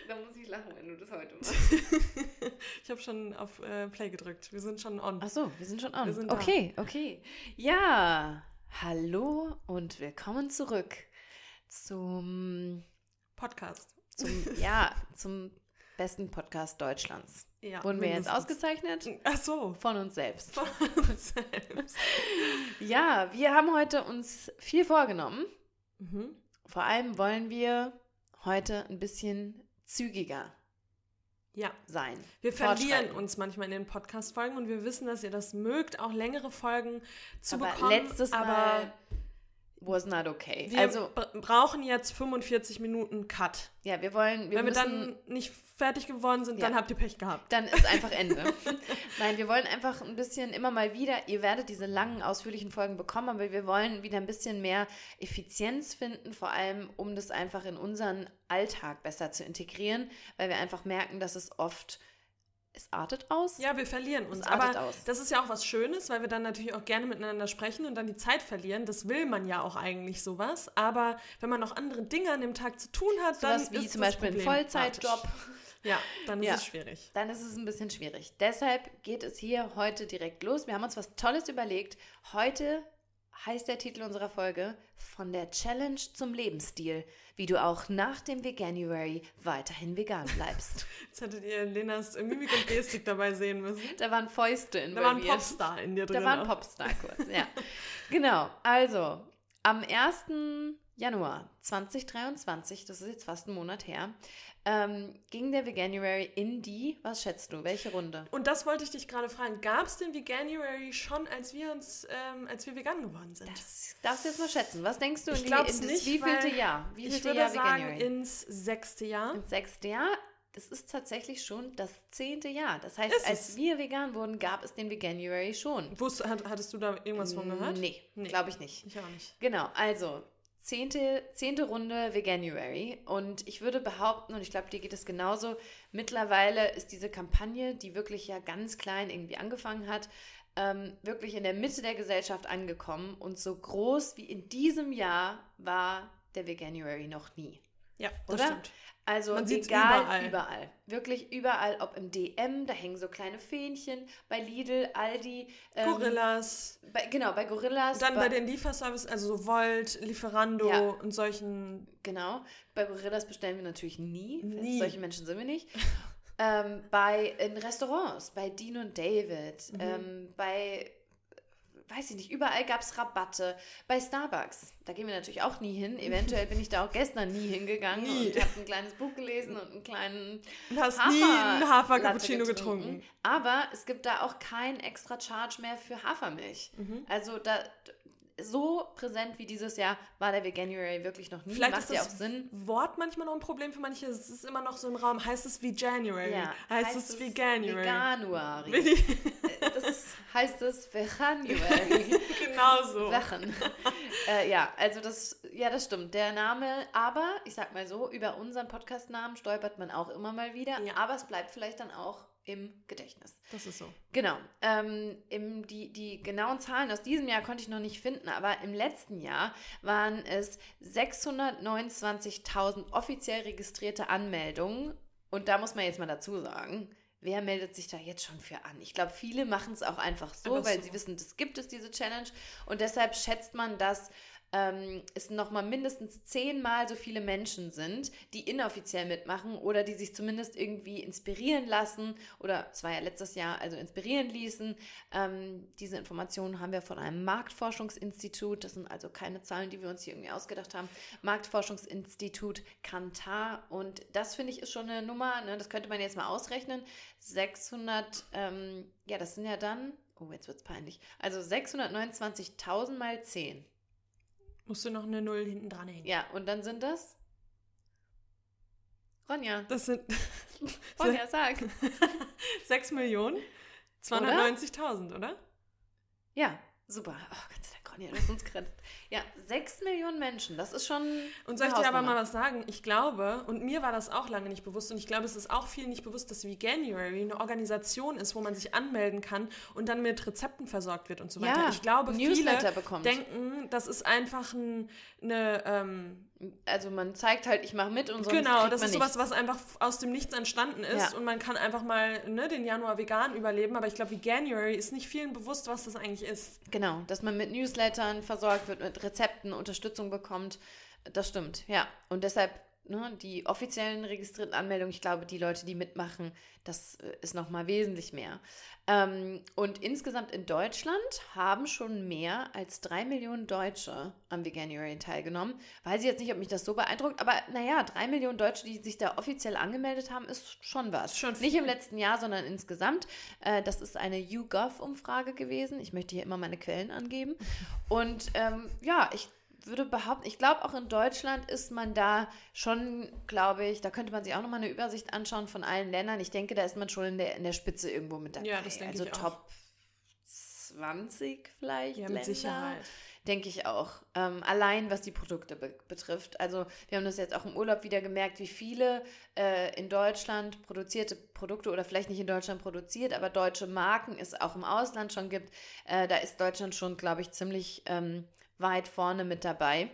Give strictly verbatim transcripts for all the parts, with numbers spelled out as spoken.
Da muss ich lachen, wenn du das heute machst. Ich habe schon auf äh, Play gedrückt. Wir sind schon on. Ach so, wir sind schon on. Wir sind okay, da. okay. Ja, hallo und willkommen zurück zum Podcast. Zum, ja, zum besten Podcast Deutschlands. Ja, Wurden wir jetzt ausgezeichnet? Ach so. Von uns selbst. Von uns selbst. Ja, wir haben heute uns viel vorgenommen. Mhm. Vor allem wollen wir heute ein bisschen zügiger ja. sein. Wir verlieren uns manchmal in den Podcast-Folgen und wir wissen, dass ihr das mögt, auch längere Folgen zu aber bekommen. Letztes aber Mal was not okay. Wir also, b- brauchen jetzt fünfundvierzig Minuten Cut. Ja, wir wollen... Wir Wenn müssen, wir dann nicht fertig geworden sind, ja. dann habt ihr Pech gehabt. Dann ist einfach Ende. Nein, wir wollen einfach ein bisschen immer mal wieder, ihr werdet diese langen, ausführlichen Folgen bekommen, aber wir wollen wieder ein bisschen mehr Effizienz finden, vor allem, um das einfach in unseren Alltag besser zu integrieren, weil wir einfach merken, dass es oft... Es artet aus? Ja, wir verlieren uns. Es artet aber aus. Das ist ja auch was Schönes, weil wir dann natürlich auch gerne miteinander sprechen und dann die Zeit verlieren. Das will man ja auch eigentlich sowas. Aber wenn man noch andere Dinge an dem Tag zu tun hat, so dann was wie ist zum das Beispiel ein Problem Vollzeitjob. Ja, dann ist ja. es schwierig. Dann ist es ein bisschen schwierig. Deshalb geht es hier heute direkt los. Wir haben uns was Tolles überlegt. Heute heißt der Titel unserer Folge Von der Challenge zum Lebensstil, wie du auch nach dem Veganuary weiterhin vegan bleibst. Jetzt hättet ihr Lenas Mimik und Gestik dabei sehen müssen. Da waren Fäuste involviert. Da war ein Popstar in dir drin. Da war ein Popstar kurz, ja. Genau, also am ersten Januar zweitausenddreiundzwanzig, das ist jetzt fast ein Monat her, ähm, ging der Veganuary in die, was schätzt du, welche Runde? Und das wollte ich dich gerade fragen, gab es den Veganuary schon, als wir uns, ähm, als wir vegan geworden sind? Das darfst du jetzt mal schätzen. Was denkst du in, ich die, glaub's in das nicht, wievielte Jahr? Wievielte ich würde Jahr sagen, Veganuary? ins sechste Jahr. Ins sechste Jahr? Das ist tatsächlich schon das zehnte Jahr. Das heißt, Ist als es? wir vegan wurden, gab es den Veganuary schon. Wusst, hat, hattest du da irgendwas von gehört? Nee, Nee. glaube ich nicht. Ich auch nicht. Genau, also zehnte, zehnte Runde Veganuary und ich würde behaupten, und ich glaube, dir geht es genauso, mittlerweile ist diese Kampagne, die wirklich ja ganz klein irgendwie angefangen hat, ähm, wirklich in der Mitte der Gesellschaft angekommen und so groß wie in diesem Jahr war der Veganuary noch nie. Ja, das Oder? stimmt. Also Man sieht's egal, überall. überall. Wirklich überall, ob im D M, da hängen so kleine Fähnchen, bei Lidl, Aldi. Ähm, Gorillas. Bei, genau, bei Gorillas. Dann bei, bei den Lieferservice, also so Volt, Lieferando Ja. und solchen. Genau, bei Gorillas bestellen wir natürlich nie. Nie. Solche Menschen sind wir nicht. ähm, bei in Restaurants, bei Dean und David, Mhm. ähm, bei, weiß ich nicht, überall gab es Rabatte. Bei Starbucks, da gehen wir natürlich auch nie hin. Eventuell bin ich da auch gestern nie hingegangen Nie. und habe ein kleines Buch gelesen und einen kleinen Du hast Hafer- nie einen Hafer-Cappuccino Latte getrunken. Aber es gibt da auch keinen extra Charge mehr für Hafermilch. Mhm. Also da so präsent wie dieses Jahr war der Veganuary wirklich noch nie. Vielleicht Macht ist ja auch das Sinn. Wort manchmal noch ein Problem für manche. Es ist immer noch so im Raum. Heißt es wie January? Ja, heißt, es wie Veganuary? Veganuary. Wie die- Das ist, heißt es Veganuary. genau so. Vegan. äh, ja, also das, ja, das stimmt. Der Name, aber ich sag mal so, über unseren Podcast-Namen stolpert man auch immer mal wieder. Ja. Aber es bleibt vielleicht dann auch im Gedächtnis. Das ist so. Genau. Ähm, im, die, die genauen Zahlen aus diesem Jahr konnte ich noch nicht finden, aber im letzten Jahr waren es sechshundertneunundzwanzigtausend offiziell registrierte Anmeldungen. Und da muss man jetzt mal dazu sagen, wer meldet sich da jetzt schon für an? Ich glaube, viele machen es auch einfach so, Aber weil so. sie wissen, das gibt es, diese Challenge. Und deshalb schätzt man, dass ähm, es nochmal mindestens zehnmal so viele Menschen sind, die inoffiziell mitmachen oder die sich zumindest irgendwie inspirieren lassen oder, es war ja letztes Jahr, also inspirieren ließen. Ähm, diese Informationen haben wir von einem Marktforschungsinstitut, das sind also keine Zahlen, die wir uns hier irgendwie ausgedacht haben, Marktforschungsinstitut Kantar, und das finde ich ist schon eine Nummer, ne? Das könnte man jetzt mal ausrechnen, sechshundert, ähm, ja, das sind ja dann, oh, jetzt wird es peinlich, also sechshundertneunundzwanzigtausend mal zehn. Musst du noch eine Null hinten dran hängen. Ja, und dann sind das? Ronja. Das sind Ronja, sag. sechs Millionen zweihundertneunzigtausend, oder? Ja, super. Oh Gott sei Dank, Ronja, du hast uns gerettet. Ja, sechs Millionen Menschen, das ist schon Und soll ich eine dir aber Hausnummer. mal was sagen? Ich glaube, und mir war das auch lange nicht bewusst, und ich glaube, es ist auch vielen nicht bewusst, dass Veganuary eine Organisation ist, wo man sich anmelden kann und dann mit Rezepten versorgt wird und so weiter. Ja, ich glaube, Newsletter viele bekommt. denken, das ist einfach ein, eine, ähm, also man zeigt halt, ich mache mit und sonst Genau, kriegt das man ist sowas, nichts. was einfach aus dem Nichts entstanden ist Ja. und man kann einfach mal ne, den Januar vegan überleben, aber ich glaube, Veganuary ist nicht vielen bewusst, was das eigentlich ist. Genau, dass man mit Newslettern versorgt wird, mit Rezepten, Unterstützung bekommt, das stimmt, ja. Und deshalb, ne, die offiziellen registrierten Anmeldungen, ich glaube, die Leute, die mitmachen, das äh, ist nochmal wesentlich mehr. Ähm, und insgesamt in Deutschland haben schon mehr als drei Millionen Deutsche am Veganuary teilgenommen. Weiß ich jetzt nicht, ob mich das so beeindruckt, aber naja, drei Millionen Deutsche, die sich da offiziell angemeldet haben, ist schon was. Schon Nicht im letzten Jahr, sondern insgesamt. Äh, das ist eine YouGov-Umfrage gewesen. Ich möchte hier immer meine Quellen angeben. Und ähm, ja, ich würde behaupten, ich glaube auch in Deutschland ist man da schon, glaube ich, da könnte man sich auch nochmal eine Übersicht anschauen von allen Ländern. Ich denke, da ist man schon in der, in der Spitze irgendwo mit dabei. Ja, das denke also ich auch. Top zwanzig vielleicht Ja, Länder. mit Sicherheit. Denke ich auch. Ähm, allein was die Produkte be- betrifft. Also wir haben das jetzt auch im Urlaub wieder gemerkt, wie viele äh, in Deutschland produzierte Produkte oder vielleicht nicht in Deutschland produziert, aber deutsche Marken es auch im Ausland schon gibt. Äh, da ist Deutschland schon, glaube ich, ziemlich ähm, weit vorne mit dabei.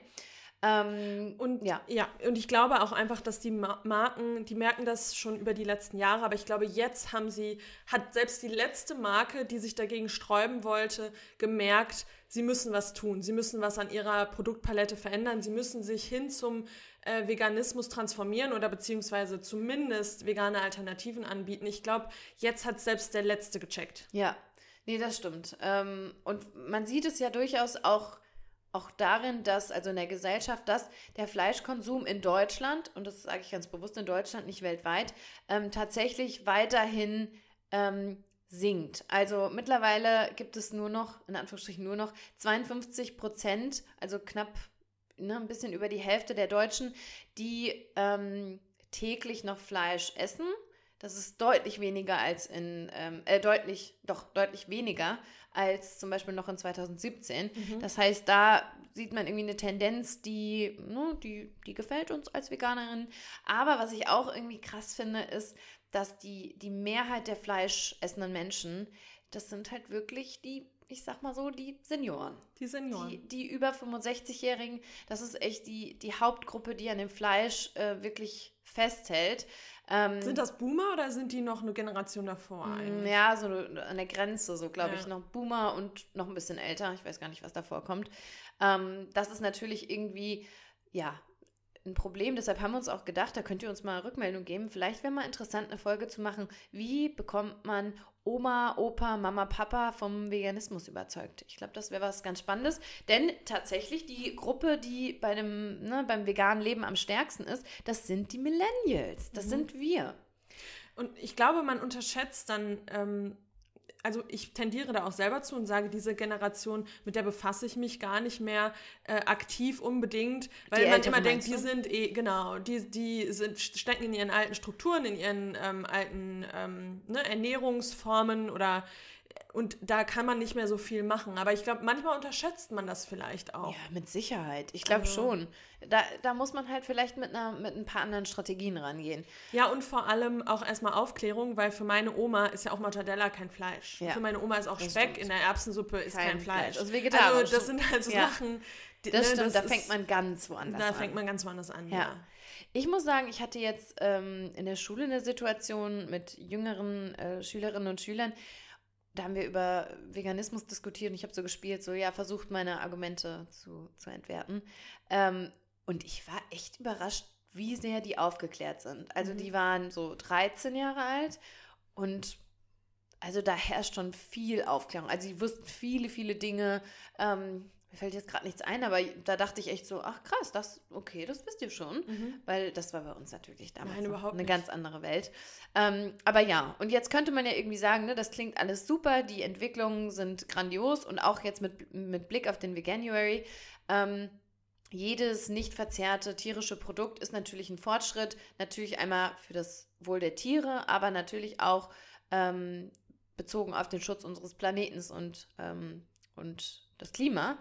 Ähm, Und ja. ja, und ich glaube auch einfach, dass die Ma- Marken, die merken das schon über die letzten Jahre, aber ich glaube, jetzt haben sie, hat selbst die letzte Marke, die sich dagegen sträuben wollte, gemerkt, sie müssen was tun. Sie müssen was an ihrer Produktpalette verändern. Sie müssen sich hin zum äh, Veganismus transformieren oder beziehungsweise zumindest vegane Alternativen anbieten. Ich glaube, jetzt hat selbst der Letzte gecheckt. Ja, nee, das stimmt. Ähm, und man sieht es ja durchaus auch Auch darin, dass, also in der Gesellschaft, dass der Fleischkonsum in Deutschland, und das sage ich ganz bewusst in Deutschland, nicht weltweit, ähm, tatsächlich weiterhin ähm, sinkt. Also mittlerweile gibt es nur noch, in Anführungsstrichen nur noch zweiundfünfzig Prozent, also knapp ne, ein bisschen über die Hälfte der Deutschen, die ähm, täglich noch Fleisch essen. Das ist deutlich weniger als in, ähm, äh, deutlich, doch deutlich weniger als zum Beispiel noch in zweitausendsiebzehn. Mhm. Das heißt, da sieht man irgendwie eine Tendenz, die, ne, die, die gefällt uns als Veganerin. Aber was ich auch irgendwie krass finde, ist, dass die, die Mehrheit der fleischessenden Menschen, das sind halt wirklich die, ich sag mal so, die Senioren. Die Senioren. Die, die über fünfundsechzigjährigen, das ist echt die, die Hauptgruppe, die an dem Fleisch äh, wirklich festhält. Ähm, Sind das Boomer oder sind die noch eine Generation davor eigentlich? Ja, so an der Grenze, so glaube Ja. ich, noch Boomer und noch ein bisschen älter. Ich weiß gar nicht, was davor kommt. Ähm, das ist natürlich irgendwie, ja, ein Problem. Deshalb haben wir uns auch gedacht, da könnt ihr uns mal Rückmeldung geben. Vielleicht wäre mal interessant, eine Folge zu machen. Wie bekommt man Oma, Opa, Mama, Papa vom Veganismus überzeugt? Ich glaube, das wäre was ganz Spannendes. Denn tatsächlich die Gruppe, die bei dem, ne, beim veganen Leben am stärksten ist, das sind die Millennials. Das Mhm. sind wir. Und ich glaube, man unterschätzt dann, ähm, also ich tendiere da auch selber zu und sage, diese Generation, mit der befasse ich mich gar nicht mehr äh, aktiv unbedingt, weil Die man Älteren immer denkt, meinst die du? sind eh, genau, die, die sind, stecken in ihren alten Strukturen, in ihren ähm, alten ähm, ne, Ernährungsformen oder und da kann man nicht mehr so viel machen. Aber ich glaube, manchmal unterschätzt man das vielleicht auch. Ja, mit Sicherheit. Ich glaube Also- schon. Da, da muss man halt vielleicht mit, einer, mit ein paar anderen Strategien rangehen. Ja, und vor allem auch erstmal Aufklärung, weil für meine Oma ist ja auch Mortadella kein Fleisch. Ja, für meine Oma ist auch das Speck stimmt. in der Erbsensuppe ist Kein kein, Fleisch. Fleisch, also vegetarisch. Also das sind halt so Ja. Sachen. Die, Das ne, stimmt, da ist- fängt man ganz woanders Da an. fängt man ganz woanders an, Ja. ja. Ich muss sagen, ich hatte jetzt ähm, in der Schule eine Situation mit jüngeren äh, Schülerinnen und Schülern. Da haben wir über Veganismus diskutiert und ich habe so gespielt, so ja, versucht meine Argumente zu, zu entwerten. Ähm, und ich war echt überrascht, wie sehr die aufgeklärt sind. Also Mhm. die waren so dreizehn Jahre alt und also da herrscht schon viel Aufklärung. Also sie wussten viele, viele Dinge. Ähm, mir fällt jetzt gerade nichts ein, aber da dachte ich echt so, ach krass, das, okay, das wisst ihr schon. Mhm. Weil das war bei uns natürlich damals Nein, noch überhaupt eine nicht. ganz andere Welt. Ähm, aber ja, und jetzt könnte man ja irgendwie sagen, ne, das klingt alles super, die Entwicklungen sind grandios und auch jetzt mit, mit Blick auf den Veganuary, ähm, jedes nicht verzehrte tierische Produkt ist natürlich ein Fortschritt, natürlich einmal für das Wohl der Tiere, aber natürlich auch ähm, bezogen auf den Schutz unseres Planetens und, ähm, und das Klima.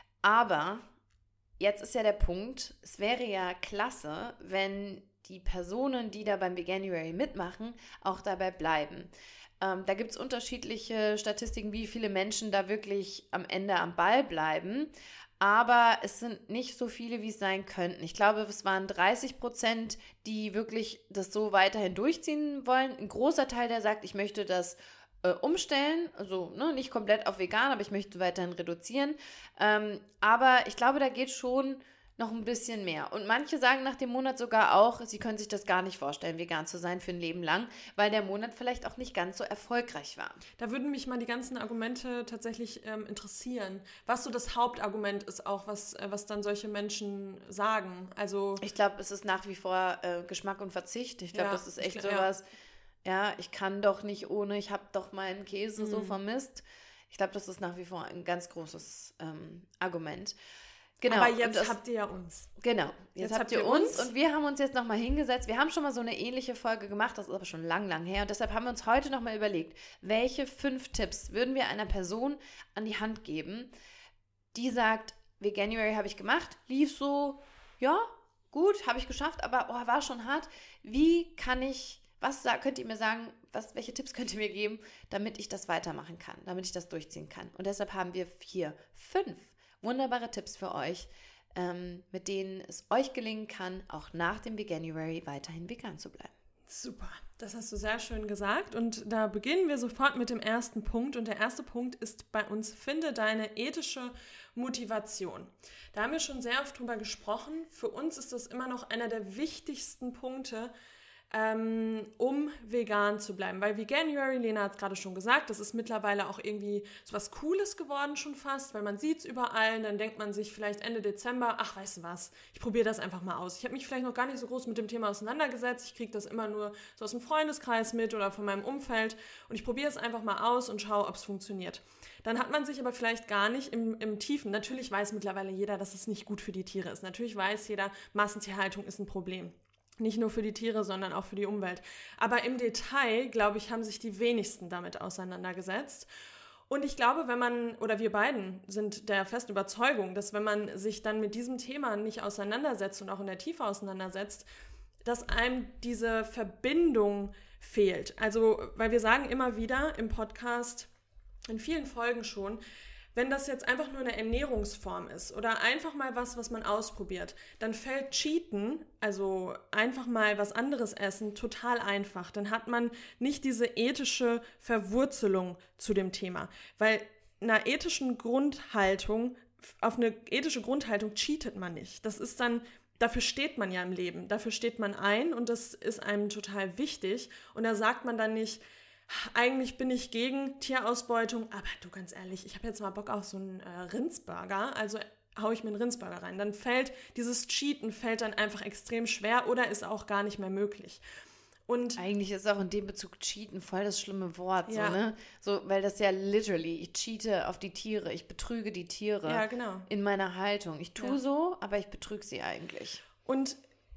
Aber jetzt ist ja der Punkt, es wäre ja klasse, wenn die Personen, die da beim Veganuary mitmachen, auch dabei bleiben. Ähm, da gibt es unterschiedliche Statistiken, wie viele Menschen da wirklich am Ende am Ball bleiben. aber es sind nicht so viele, wie es sein könnten. Ich glaube, es waren dreißig Prozent, die wirklich das so weiterhin durchziehen wollen. Ein großer Teil, der sagt, ich möchte das äh, umstellen, also ne, nicht komplett auf vegan, aber ich möchte weiterhin reduzieren. Ähm, aber ich glaube, da geht schon noch ein bisschen mehr. Und manche sagen nach dem Monat sogar auch, sie können sich das gar nicht vorstellen, vegan zu sein für ein Leben lang, weil der Monat vielleicht auch nicht ganz so erfolgreich war. Da würden mich mal die ganzen Argumente tatsächlich ähm, interessieren. Was so das Hauptargument ist auch, was, äh, was dann solche Menschen sagen. Also ich glaube, es ist nach wie vor äh, Geschmack und Verzicht. Ich glaube, ja, das ist echt ich, sowas, ja. ja, ich kann doch nicht ohne, ich habe doch meinen Käse mhm. so vermisst. Ich glaube, das ist nach wie vor ein ganz großes ähm, Argument. Genau. Aber jetzt das, habt ihr ja uns. Genau, jetzt, jetzt habt, habt ihr uns und wir haben uns jetzt nochmal hingesetzt. Wir haben schon mal so eine ähnliche Folge gemacht, das ist aber schon lang, lang her. Und deshalb haben wir uns heute nochmal überlegt, welche fünf Tipps würden wir einer Person an die Hand geben, die sagt, Veganuary habe ich gemacht, lief so, ja, gut, habe ich geschafft, aber oh, war schon hart. Wie kann ich, was könnt ihr mir sagen, was, welche Tipps könnt ihr mir geben, damit ich das weitermachen kann, damit ich das durchziehen kann? Und deshalb haben wir hier fünf wunderbare Tipps für euch, ähm, mit denen es euch gelingen kann, auch nach dem Veganuary weiterhin vegan zu bleiben. Super, das hast du sehr schön gesagt und da beginnen wir sofort mit dem ersten Punkt und der erste Punkt ist bei uns, finde deine ethische Motivation. Da haben wir schon sehr oft drüber gesprochen. Für uns ist das immer noch einer der wichtigsten Punkte, Ähm, um vegan zu bleiben. Weil Veganuary, Lena hat es gerade schon gesagt, das ist mittlerweile auch irgendwie so was Cooles geworden schon fast, weil man sieht es überall, dann denkt man sich vielleicht Ende Dezember, ach, weißt du was, ich probiere das einfach mal aus. Ich habe mich vielleicht noch gar nicht so groß mit dem Thema auseinandergesetzt, ich kriege das immer nur so aus dem Freundeskreis mit oder von meinem Umfeld und ich probiere es einfach mal aus und schaue, ob es funktioniert. Dann hat man sich aber vielleicht gar nicht im, im Tiefen, natürlich weiß mittlerweile jeder, dass es nicht gut für die Tiere ist. Natürlich weiß jeder, Massentierhaltung ist ein Problem. Nicht nur für die Tiere, sondern auch für die Umwelt. Aber im Detail, glaube ich, haben sich die wenigsten damit auseinandergesetzt. Und ich glaube, wenn man, oder wir beiden sind der festen Überzeugung, dass wenn man sich dann mit diesem Thema nicht auseinandersetzt und auch in der Tiefe auseinandersetzt, dass einem diese Verbindung fehlt. Also, weil wir sagen immer wieder im Podcast, in vielen Folgen schon, wenn das jetzt einfach nur eine Ernährungsform ist oder einfach mal was, was man ausprobiert, dann fällt Cheaten, also einfach mal was anderes essen, total einfach. Dann hat man nicht diese ethische Verwurzelung zu dem Thema. Weil einer ethischen Grundhaltung, auf eine ethische Grundhaltung cheatet man nicht. Das ist dann, dafür steht man ja im Leben, dafür steht man ein und das ist einem total wichtig. Und da sagt man dann nicht, eigentlich bin ich gegen Tierausbeutung, aber du, ganz ehrlich, ich habe jetzt mal Bock auf so einen äh, Rindsburger, also haue ich mir einen Rindsburger rein. Dann fällt dieses Cheaten fällt dann einfach extrem schwer oder ist auch gar nicht mehr möglich. Und eigentlich ist auch in dem Bezug Cheaten voll das schlimme Wort, ja. so, ne? So, weil das ja literally, ich cheate auf die Tiere, ich betrüge die Tiere ja, genau. in meiner Haltung. Ich tue ja. so, aber ich betrüge sie eigentlich. Und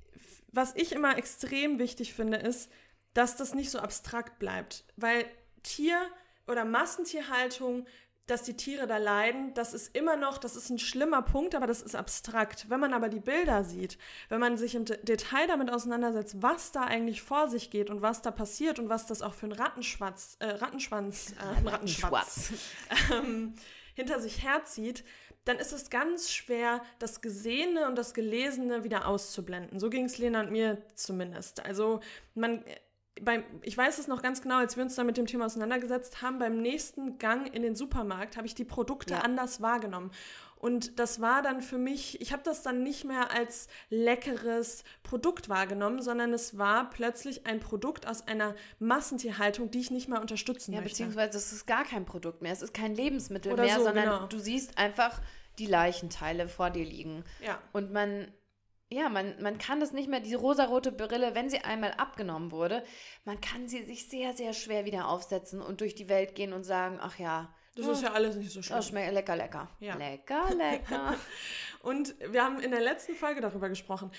was ich immer extrem wichtig finde, ist, dass das nicht so abstrakt bleibt, weil Tier- oder Massentierhaltung, dass die Tiere da leiden, das ist immer noch, das ist ein schlimmer Punkt, aber das ist abstrakt. Wenn man aber die Bilder sieht, wenn man sich im Detail damit auseinandersetzt, was da eigentlich vor sich geht und was da passiert und was das auch für ein Rattenschwanz, äh, Rattenschwanz, äh, Rattenschwanz ähm, hinter sich herzieht, dann ist es ganz schwer, das Gesehene und das Gelesene wieder auszublenden. So ging es Lena und mir zumindest. Also man... Beim, ich weiß es noch ganz genau, als wir uns da mit dem Thema auseinandergesetzt haben, beim nächsten Gang in den Supermarkt habe ich die Produkte ja. anders wahrgenommen. Und das war dann für mich, ich habe das dann nicht mehr als leckeres Produkt wahrgenommen, sondern es war plötzlich ein Produkt aus einer Massentierhaltung, die ich nicht mehr unterstützen ja, möchte. Beziehungsweise es ist gar kein Produkt mehr, es ist kein Lebensmittel Oder mehr, so, sondern genau. du siehst einfach die Leichenteile vor dir liegen. Ja. Und man... Ja, man, man kann das nicht mehr, die rosarote Brille, wenn sie einmal abgenommen wurde, man kann sie sich sehr, sehr schwer wieder aufsetzen und durch die Welt gehen und sagen, ach ja. Das ist ja alles nicht so schlimm. Das schmeckt lecker, lecker. Ja. Lecker, lecker. Und wir haben in der letzten Folge darüber gesprochen.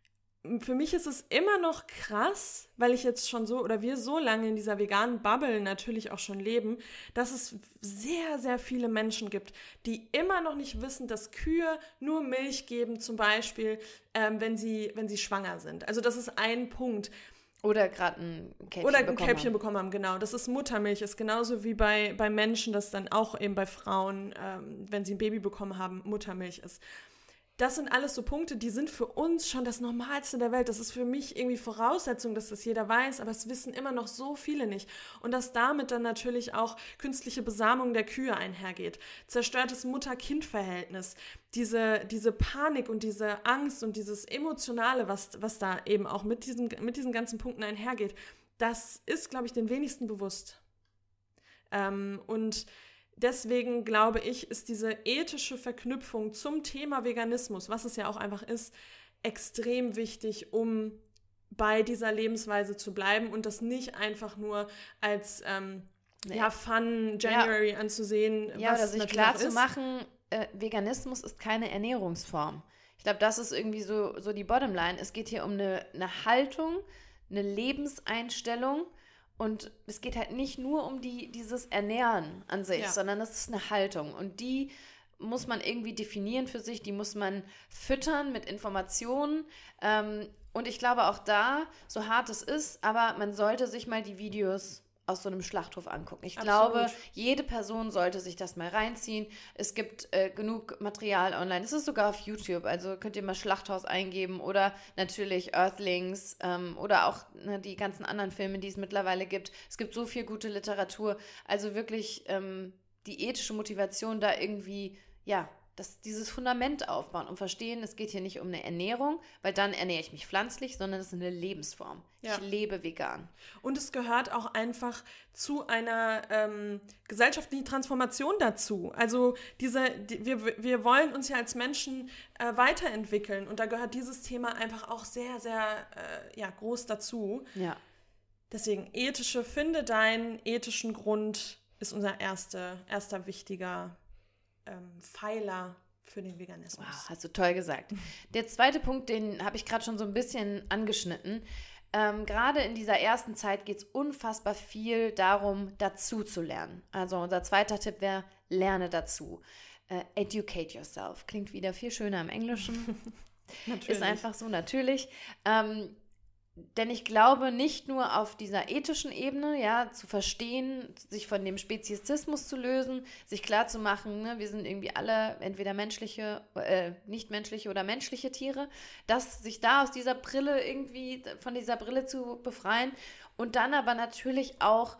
Für mich ist es immer noch krass, weil ich jetzt schon so, oder wir so lange in dieser veganen Bubble natürlich auch schon leben, dass es sehr, sehr viele Menschen gibt, die immer noch nicht wissen, dass Kühe nur Milch geben, zum Beispiel, ähm, wenn sie, wenn sie schwanger sind. Also das ist ein Punkt. Oder gerade ein Kälbchen Oder ein bekommen Kälbchen haben. bekommen haben, genau. Das ist Muttermilch, ist genauso wie bei, bei Menschen, das dann auch eben bei Frauen, ähm, wenn sie ein Baby bekommen haben, Muttermilch ist. Das sind alles so Punkte, die sind für uns schon das Normalste der Welt. Das ist für mich irgendwie Voraussetzung, dass das jeder weiß, aber es wissen immer noch so viele nicht. Und dass damit dann natürlich auch künstliche Besamung der Kühe einhergeht. Zerstörtes Mutter-Kind-Verhältnis, diese, diese Panik und diese Angst und dieses Emotionale, was, was da eben auch mit diesen, mit diesen ganzen Punkten einhergeht, das ist, glaube ich, den wenigsten bewusst. Ähm, und Deswegen glaube ich, ist diese ethische Verknüpfung zum Thema Veganismus, was es ja auch einfach ist, extrem wichtig, um bei dieser Lebensweise zu bleiben und das nicht einfach nur als ähm, nee. ja, Fun January ja. anzusehen. Ja, was oder sich klar zu machen, äh, Veganismus ist keine Ernährungsform. Ich glaube, das ist irgendwie so, so die Bottomline. Es geht hier um eine, eine Haltung, eine Lebenseinstellung. Und es geht halt nicht nur um die, dieses Ernähren an sich, ja. sondern es ist eine Haltung. Und die muss man irgendwie definieren für sich, die muss man füttern mit Informationen. Ähm, und ich glaube auch da, so hart es ist, aber man sollte sich mal die Videos aus so einem Schlachthof angucken. Ich Absolut. glaube, jede Person sollte sich das mal reinziehen. Es gibt äh, genug Material online. Es ist sogar auf YouTube, also könnt ihr mal Schlachthaus eingeben oder natürlich Earthlings ähm, oder auch ne, die ganzen anderen Filme, die es mittlerweile gibt. Es gibt so viel gute Literatur. Also wirklich ähm, die ethische Motivation da irgendwie, ja, das, dieses Fundament aufbauen und verstehen, es geht hier nicht um eine Ernährung, weil dann ernähre ich mich pflanzlich, sondern es ist eine Lebensform. Ja. Ich lebe vegan. Und es gehört auch einfach zu einer ähm, gesellschaftlichen Transformation dazu. Also diese, die, wir, wir wollen uns ja als Menschen äh, weiterentwickeln und da gehört dieses Thema einfach auch sehr, sehr äh, ja, groß dazu. Ja. Deswegen ethische, finde deinen ethischen Grund ist unser erste, erster wichtiger Ähm, Pfeiler für den Veganismus. Wow, hast du toll gesagt. Der zweite Punkt, den habe ich gerade schon so ein bisschen angeschnitten. Ähm, gerade in dieser ersten Zeit geht es unfassbar viel darum, dazu zu lernen. Also unser zweiter Tipp wäre, lerne dazu. Äh, educate yourself. Klingt wieder viel schöner im Englischen. Ist einfach so natürlich. Ähm, Denn ich glaube, nicht nur auf dieser ethischen Ebene, ja, zu verstehen, sich von dem Speziesismus zu lösen, sich klarzumachen, ne, wir sind irgendwie alle entweder menschliche, äh, nichtmenschliche oder menschliche Tiere, dass sich da aus dieser Brille irgendwie, von dieser Brille zu befreien und dann aber natürlich auch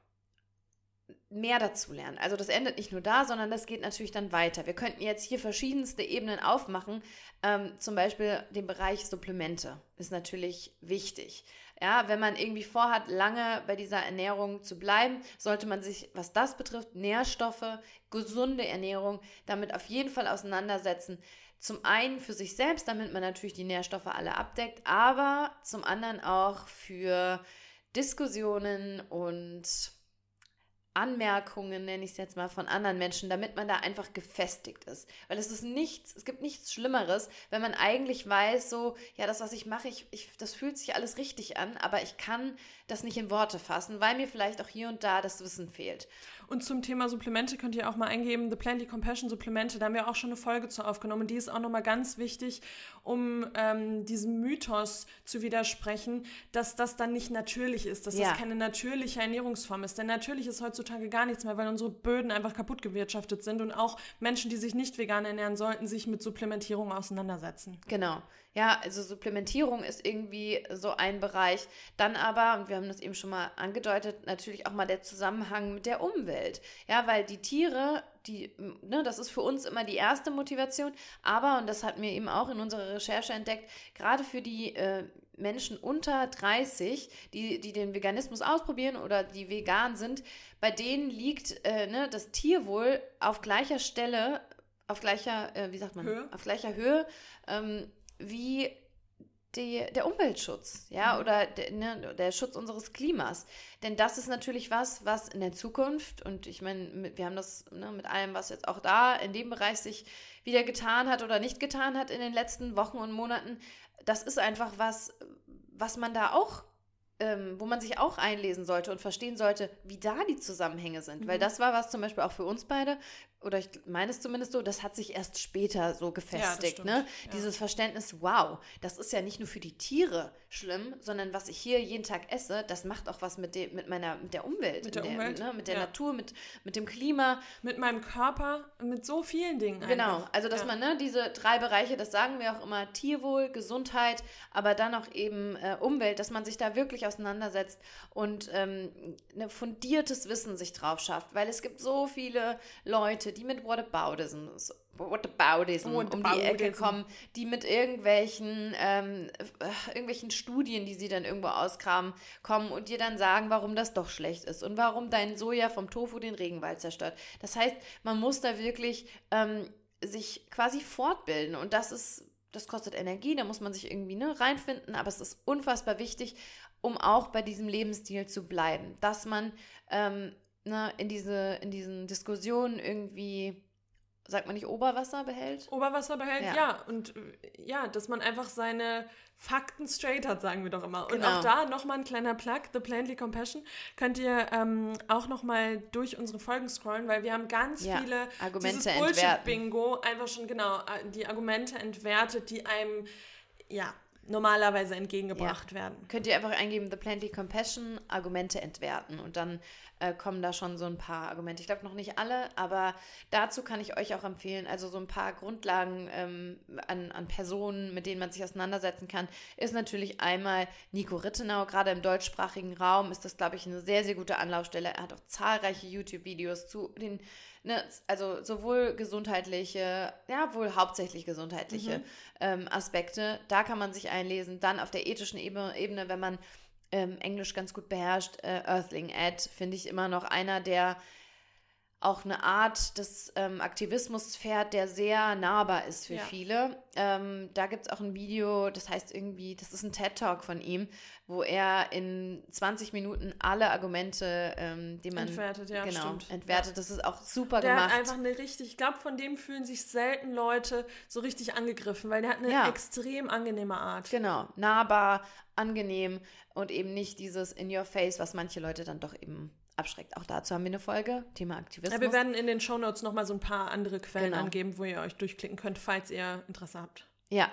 mehr dazu lernen. Also das endet nicht nur da, sondern das geht natürlich dann weiter. Wir könnten jetzt hier verschiedenste Ebenen aufmachen, ähm, zum Beispiel den Bereich Supplemente ist natürlich wichtig. Ja, wenn man irgendwie vorhat, lange bei dieser Ernährung zu bleiben, sollte man sich, was das betrifft, Nährstoffe, gesunde Ernährung, damit auf jeden Fall auseinandersetzen. Zum einen für sich selbst, damit man natürlich die Nährstoffe alle abdeckt, aber zum anderen auch für Diskussionen und Anmerkungen, nenne ich es jetzt mal, von anderen Menschen, damit man da einfach gefestigt ist. Weil es ist nichts, es gibt nichts Schlimmeres, wenn man eigentlich weiß, so, ja, das, was ich mache, ich, ich, das fühlt sich alles richtig an, aber ich kann das nicht in Worte fassen, weil mir vielleicht auch hier und da das Wissen fehlt. Und zum Thema Supplemente könnt ihr auch mal eingeben, The Plenty Compassion Supplemente, da haben wir auch schon eine Folge zu aufgenommen. Die ist auch nochmal ganz wichtig, um ähm, diesem Mythos zu widersprechen, dass das dann nicht natürlich ist, dass ja. das keine natürliche Ernährungsform ist. Denn natürlich ist heutzutage gar nichts mehr, weil unsere Böden einfach kaputt gewirtschaftet sind und auch Menschen, die sich nicht vegan ernähren, sollten sich mit Supplementierung auseinandersetzen. Genau. Ja, also Supplementierung ist irgendwie so ein Bereich. Dann aber, und wir haben das eben schon mal angedeutet, natürlich auch mal der Zusammenhang mit der Umwelt. Ja, weil die Tiere, die, ne, das ist für uns immer die erste Motivation. Aber, und das hatten wir eben auch in unserer Recherche entdeckt, gerade für die äh, Menschen unter dreißig, die, die den Veganismus ausprobieren oder die vegan sind, bei denen liegt äh, ne, das Tierwohl auf gleicher Stelle, auf gleicher, äh, wie sagt man, Höhe? auf gleicher Höhe, ähm, wie die, der Umweltschutz, ja, mhm. oder der, ne, der Schutz unseres Klimas. Denn das ist natürlich was, was in der Zukunft, und ich meine, wir haben das ne, mit allem, was jetzt auch da in dem Bereich sich wieder getan hat oder nicht getan hat in den letzten Wochen und Monaten, das ist einfach was, was man da auch ähm, wo man sich auch einlesen sollte und verstehen sollte, wie da die Zusammenhänge sind. Mhm. Weil das war was zum Beispiel auch für uns beide, oder ich meine es zumindest so, das hat sich erst später so gefestigt. Ja, ne? Ja. Dieses Verständnis, wow, das ist ja nicht nur für die Tiere schlimm, sondern was ich hier jeden Tag esse, das macht auch was mit, dem, mit meiner mit der Umwelt. Mit der, der Umwelt, ne? Mit der ja. Natur, mit, mit dem Klima. Mit meinem Körper, mit so vielen Dingen einfach. Genau, also dass ja. man ne, diese drei Bereiche, das sagen wir auch immer, Tierwohl, Gesundheit, aber dann auch eben äh, Umwelt, dass man sich da wirklich auseinandersetzt und ähm, ein fundiertes Wissen sich drauf schafft, weil es gibt so viele Leute, die mit Whataboutism, Whataboutism What um die Ecke kommen, die mit irgendwelchen ähm, irgendwelchen Studien, die sie dann irgendwo ausgraben, kommen und dir dann sagen, warum das doch schlecht ist und warum dein Soja vom Tofu den Regenwald zerstört. Das heißt, man muss da wirklich ähm, sich quasi fortbilden und das ist, das kostet Energie, da muss man sich irgendwie ne, reinfinden, aber es ist unfassbar wichtig, um auch bei diesem Lebensstil zu bleiben, dass man ähm, ne, in, diese, in diesen Diskussionen irgendwie, sagt man nicht, Oberwasser behält? Oberwasser behält, ja. ja. Und ja, dass man einfach seine Fakten straight hat, sagen wir doch immer. Und genau. auch da nochmal ein kleiner Plug, The Plantly Compassion, könnt ihr ähm, auch nochmal durch unsere Folgen scrollen, weil wir haben ganz ja. viele Argumente dieses Bullshit-Bingo einfach schon, genau, die Argumente entwertet, die einem, ja, normalerweise entgegengebracht ja. werden. Könnt ihr einfach eingeben, The Plantly Compassion, Argumente entwerten und dann äh, kommen da schon so ein paar Argumente. Ich glaube noch nicht alle, aber dazu kann ich euch auch empfehlen, also so ein paar Grundlagen ähm, an, an Personen, mit denen man sich auseinandersetzen kann, ist natürlich einmal Nico Rittenau, gerade im deutschsprachigen Raum ist das, glaube ich, eine sehr, sehr gute Anlaufstelle. Er hat auch zahlreiche YouTube-Videos zu den Ne, also sowohl gesundheitliche, ja, wohl hauptsächlich gesundheitliche mhm. ähm, Aspekte, da kann man sich einlesen. Dann auf der ethischen Ebene, Ebene wenn man ähm, Englisch ganz gut beherrscht, äh, Earthling Ed, finde ich immer noch einer, der auch eine Art des ähm, Aktivismus fährt, der sehr nahbar ist für ja. viele. Ähm, da gibt es auch ein Video, das heißt irgendwie, das ist ein TED-Talk von ihm, wo er in zwanzig Minuten alle Argumente, ähm, die man... Entwertet, ja, genau, stimmt. entwertet. Ja. Das ist auch super der gemacht. Der hat einfach eine richtig, ich glaube, von dem fühlen sich selten Leute so richtig angegriffen, weil der hat eine ja. extrem angenehme Art. Genau, nahbar, angenehm und eben nicht dieses in your face, was manche Leute dann doch eben abschreckt. Auch dazu haben wir eine Folge, Thema Aktivismus. Ja, wir werden in den Shownotes nochmal so ein paar andere Quellen genau. angeben, wo ihr euch durchklicken könnt, falls ihr Interesse habt. Ja,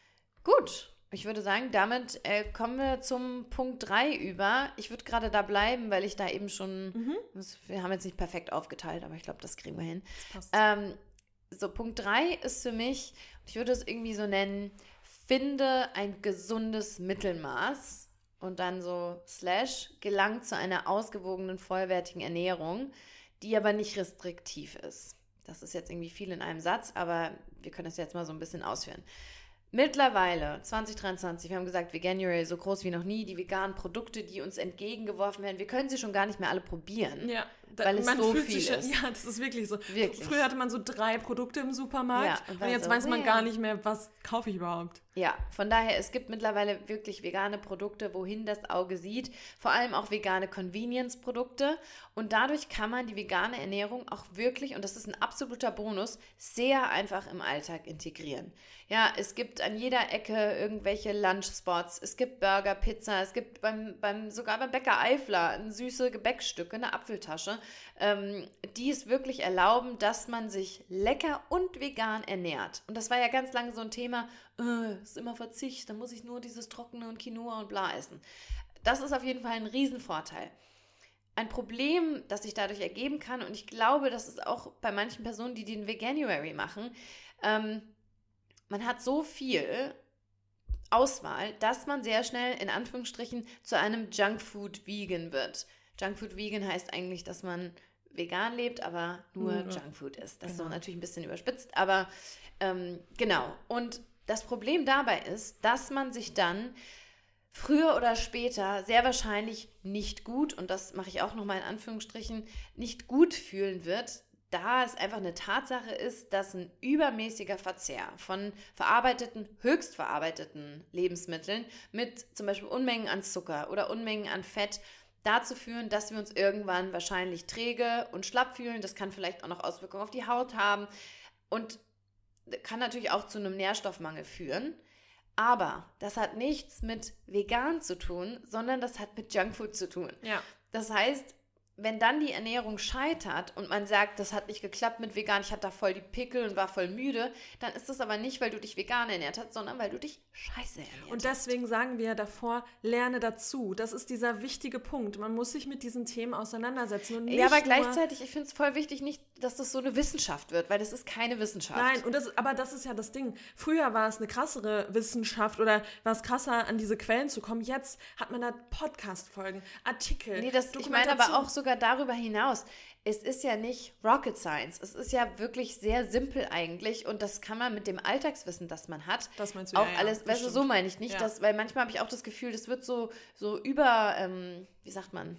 gut. Ich würde sagen, damit äh, kommen wir zum Punkt drei über. Ich würde gerade da bleiben, weil ich da eben schon, mhm. wir haben jetzt nicht perfekt aufgeteilt, aber ich glaube, das kriegen wir hin. Das passt. Ähm, so, Punkt drei ist für mich, ich würde es irgendwie so nennen, finde ein gesundes Mittelmaß. Und dann so slash, gelangt zu einer ausgewogenen, vollwertigen Ernährung, die aber nicht restriktiv ist. Das ist jetzt irgendwie viel in einem Satz, aber wir können das jetzt mal so ein bisschen ausführen. Mittlerweile, zwanzig dreiundzwanzig, wir haben gesagt, Veganuary so groß wie noch nie, die veganen Produkte, die uns entgegengeworfen werden, wir können sie schon gar nicht mehr alle probieren, ja, da, weil es man so fühlt viel sich, ist. Ja, das ist wirklich so. Wirklich. Früher hatte man so drei Produkte im Supermarkt ja, und, und jetzt so, weiß man yeah. gar nicht mehr, was kaufe ich überhaupt. Ja, von daher, es gibt mittlerweile wirklich vegane Produkte, wohin das Auge sieht, vor allem auch vegane Convenience-Produkte und dadurch kann man die vegane Ernährung auch wirklich, und das ist ein absoluter Bonus, sehr einfach im Alltag integrieren. Ja, es gibt an jeder Ecke irgendwelche Lunchspots, es gibt Burger, Pizza, es gibt beim, beim sogar beim Bäcker Eifler süße Gebäckstücke, eine Apfeltasche, ähm, die es wirklich erlauben, dass man sich lecker und vegan ernährt. Und das war ja ganz lange so ein Thema, äh, ist immer Verzicht, dann muss ich nur dieses Trockene und Quinoa und bla essen. Das ist auf jeden Fall ein Riesenvorteil. Ein Problem, das sich dadurch ergeben kann, und ich glaube, das ist auch bei manchen Personen, die den Veganuary machen, ähm, man hat so viel Auswahl, dass man sehr schnell in Anführungsstrichen zu einem Junkfood-Vegan wird. Junkfood-Vegan heißt eigentlich, dass man vegan lebt, aber nur mhm. Junkfood isst. Das genau. ist so natürlich ein bisschen überspitzt, aber ähm, genau. Und das Problem dabei ist, dass man sich dann früher oder später sehr wahrscheinlich nicht gut, und das mache ich auch nochmal in Anführungsstrichen, nicht gut fühlen wird, da es einfach eine Tatsache ist, dass ein übermäßiger Verzehr von verarbeiteten, höchst verarbeiteten Lebensmitteln mit zum Beispiel Unmengen an Zucker oder Unmengen an Fett dazu führen, dass wir uns irgendwann wahrscheinlich träge und schlapp fühlen. Das kann vielleicht auch noch Auswirkungen auf die Haut haben und kann natürlich auch zu einem Nährstoffmangel führen. Aber das hat nichts mit vegan zu tun, sondern das hat mit Junkfood zu tun. Ja. Das heißt, wenn dann die Ernährung scheitert und man sagt, das hat nicht geklappt mit vegan, ich hatte da voll die Pickel und war voll müde, dann ist das aber nicht, weil du dich vegan ernährt hast, sondern weil du dich scheiße ernährt hast. Und deswegen sagen wir ja davor, lerne dazu. Das ist dieser wichtige Punkt. Man muss sich mit diesen Themen auseinandersetzen. Und nicht ja, aber nur gleichzeitig, ich finde es voll wichtig, nicht, dass das so eine Wissenschaft wird, weil das ist keine Wissenschaft. Nein, und das, aber das ist ja das Ding. Früher war es eine krassere Wissenschaft oder war es krasser, an diese Quellen zu kommen. Jetzt hat man da Podcast-Folgen, Artikel, Nee, das, ich meine aber auch sogar darüber hinaus. Es ist ja nicht Rocket Science. Es ist ja wirklich sehr simpel eigentlich und das kann man mit dem Alltagswissen, das man hat, das meinst du, auch ja, ja, alles, weißt du, so meine ich nicht, ja. dass, weil manchmal habe ich auch das Gefühl, das wird so, so über, ähm, wie sagt man,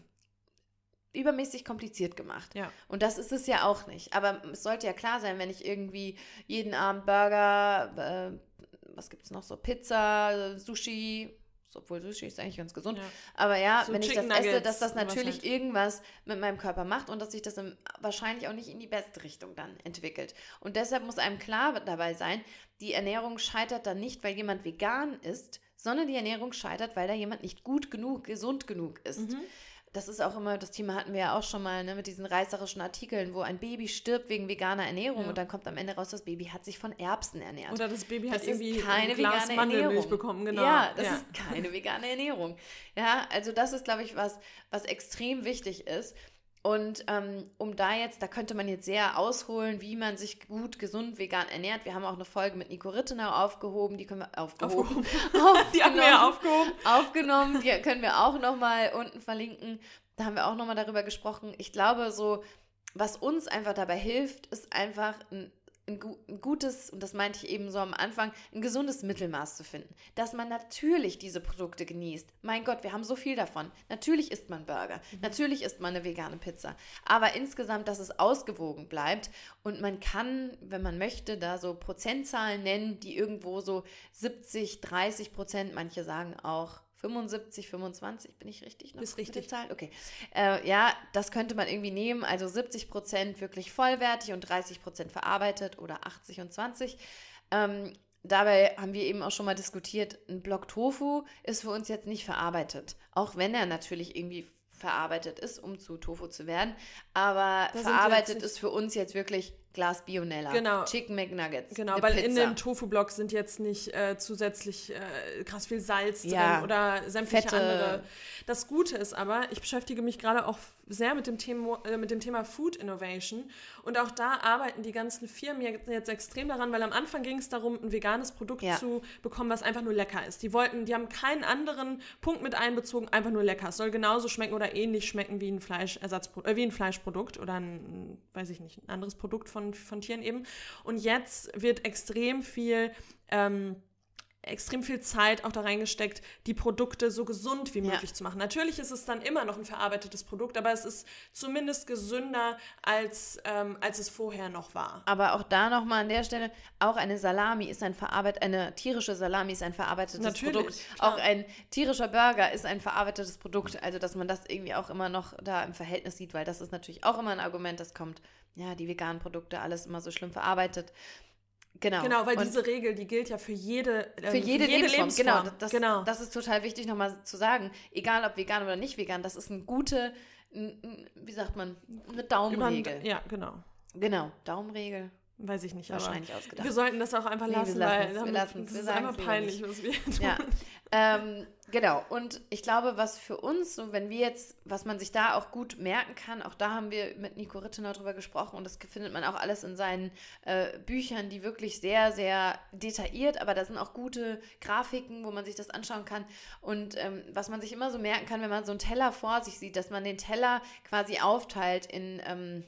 übermäßig kompliziert gemacht. Ja. Und das ist es ja auch nicht. Aber es sollte ja klar sein, wenn ich irgendwie jeden Abend Burger, äh, was gibt es noch so, Pizza, Sushi, obwohl Sushi ist eigentlich ganz gesund, Ja. aber ja, So wenn ich das Chicken esse, Nuggets, dass das sowas natürlich halt. irgendwas mit meinem Körper macht und dass sich das im, wahrscheinlich auch nicht in die beste Richtung dann entwickelt. Und deshalb muss einem klar dabei sein, die Ernährung scheitert dann nicht, weil jemand vegan ist, sondern die Ernährung scheitert, weil da jemand nicht gut genug, gesund genug ist. Mhm. Das ist auch immer, das Thema hatten wir ja auch schon mal, ne, mit diesen reißerischen Artikeln, wo ein Baby stirbt wegen veganer Ernährung Ja. und dann kommt am Ende raus, das Baby hat sich von Erbsen ernährt. Oder das Baby Das hat ist irgendwie keine ein Glas vegane Mandelmilch Ernährung. bekommen, genau. Ja, das ja. ist keine vegane Ernährung. Ja, also das ist, glaube ich, was, was extrem wichtig ist. Und ähm, um da jetzt, da könnte man jetzt sehr ausholen, wie man sich gut, gesund, vegan ernährt. Wir haben auch eine Folge mit Nico Rittenau aufgehoben, die können wir aufgehoben. Aufgehoben. Die haben wir ja aufgehoben. Aufgenommen, die können wir auch nochmal unten verlinken. Da haben wir auch nochmal darüber gesprochen. Ich glaube, so, was uns einfach dabei hilft, ist einfach ein, ein, ein gutes, und das meinte ich eben so am Anfang, ein gesundes Mittelmaß zu finden. Dass man natürlich diese Produkte genießt. Mein Gott, wir haben so viel davon. Natürlich isst man Burger, mhm. natürlich isst man eine vegane Pizza. Aber insgesamt, dass es ausgewogen bleibt und man kann, wenn man möchte, da so Prozentzahlen nennen, die irgendwo so siebzig, dreißig Prozent, manche sagen auch fünfundsiebzig, fünfundzwanzig, bin ich richtig noch? Ist richtig. Zahl? Okay. Äh, ja, das könnte man irgendwie nehmen, also siebzig Prozent wirklich vollwertig und dreißig Prozent verarbeitet oder achtzig und zwanzig. Ähm, dabei haben wir eben auch schon mal diskutiert, ein Block Tofu ist für uns jetzt nicht verarbeitet, auch wenn er natürlich irgendwie verarbeitet ist, um zu Tofu zu werden, aber Da sind verarbeitet jetzt ist für uns jetzt wirklich Glas Bionella, Genau. Chicken McNuggets, Genau, eine weil Pizza. in dem Tofu-Block sind jetzt nicht äh, zusätzlich äh, krass viel Salz Ja, drin oder sämtliche Fette. andere. Das Gute ist aber, ich beschäftige mich gerade auch sehr mit dem Thema, äh, mit dem Thema Food Innovation und auch da arbeiten die ganzen Firmen jetzt extrem daran, weil am Anfang ging es darum, ein veganes Produkt Ja. zu bekommen, was einfach nur lecker ist. Die wollten, die haben keinen anderen Punkt mit einbezogen, einfach nur lecker. Es soll genauso schmecken oder ähnlich schmecken wie ein Fleischersatz, äh, wie ein Fleischprodukt oder ein, weiß ich nicht, ein anderes Produkt von, von Tieren eben. Und jetzt wird extrem viel, ähm, extrem viel Zeit auch da reingesteckt, die Produkte so gesund wie Ja. möglich zu machen. Natürlich ist es dann immer noch ein verarbeitetes Produkt, aber es ist zumindest gesünder, als, ähm, als es vorher noch war. Aber auch da nochmal an der Stelle, auch eine Salami ist ein verarbeitet, eine tierische Salami ist ein verarbeitetes Natürlich, Produkt. klar. Auch ein tierischer Burger ist ein verarbeitetes Produkt. Also, dass man das irgendwie auch immer noch da im Verhältnis sieht, weil das ist natürlich auch immer ein Argument, das kommt, ja, die veganen Produkte, alles immer so schlimm verarbeitet. Genau. Genau, weil Und diese Regel, die gilt ja für jede, ähm, für jede, Lebensform. Genau, das, genau. das ist total wichtig nochmal zu sagen. Egal ob vegan oder nicht vegan, das ist eine gute, n- n- wie sagt man, eine Daumenregel. Über, ja, genau. Genau, Daumenregel. Weiß ich nicht, Wahrscheinlich aber ausgedacht. wir sollten das auch einfach Nee, wir lassen, lassen's, weil wir damit- lassen's, das wir ist sagen's einfach lieber peinlich, was wir tun. Ja, ähm, genau. Und ich glaube, was für uns, so wenn wir jetzt, was man sich da auch gut merken kann, auch da haben wir mit Nico Rittenau drüber gesprochen und das findet man auch alles in seinen äh, Büchern, die wirklich sehr, sehr detailliert, aber da sind auch gute Grafiken, wo man sich das anschauen kann. Und ähm, was man sich immer so merken kann, wenn man so einen Teller vor sich sieht, dass man den Teller quasi aufteilt in, ähm,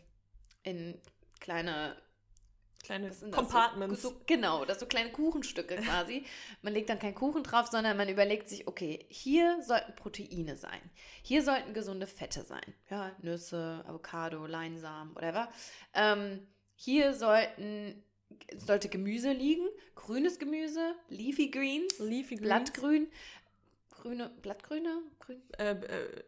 in kleine Kleine Was sind das? Compartments. So, so, genau, das so kleine Kuchenstücke quasi. Man legt dann keinen Kuchen drauf, sondern man überlegt sich, okay, hier sollten Proteine sein. Hier sollten gesunde Fette sein. Ja, Nüsse, Avocado, Leinsamen, whatever. Ähm, hier sollten, sollte Gemüse liegen. Grünes Gemüse, Leafy Greens, Leafy Greens. Blattgrün. Grüne, Blattgrüne? Grün? Äh, äh,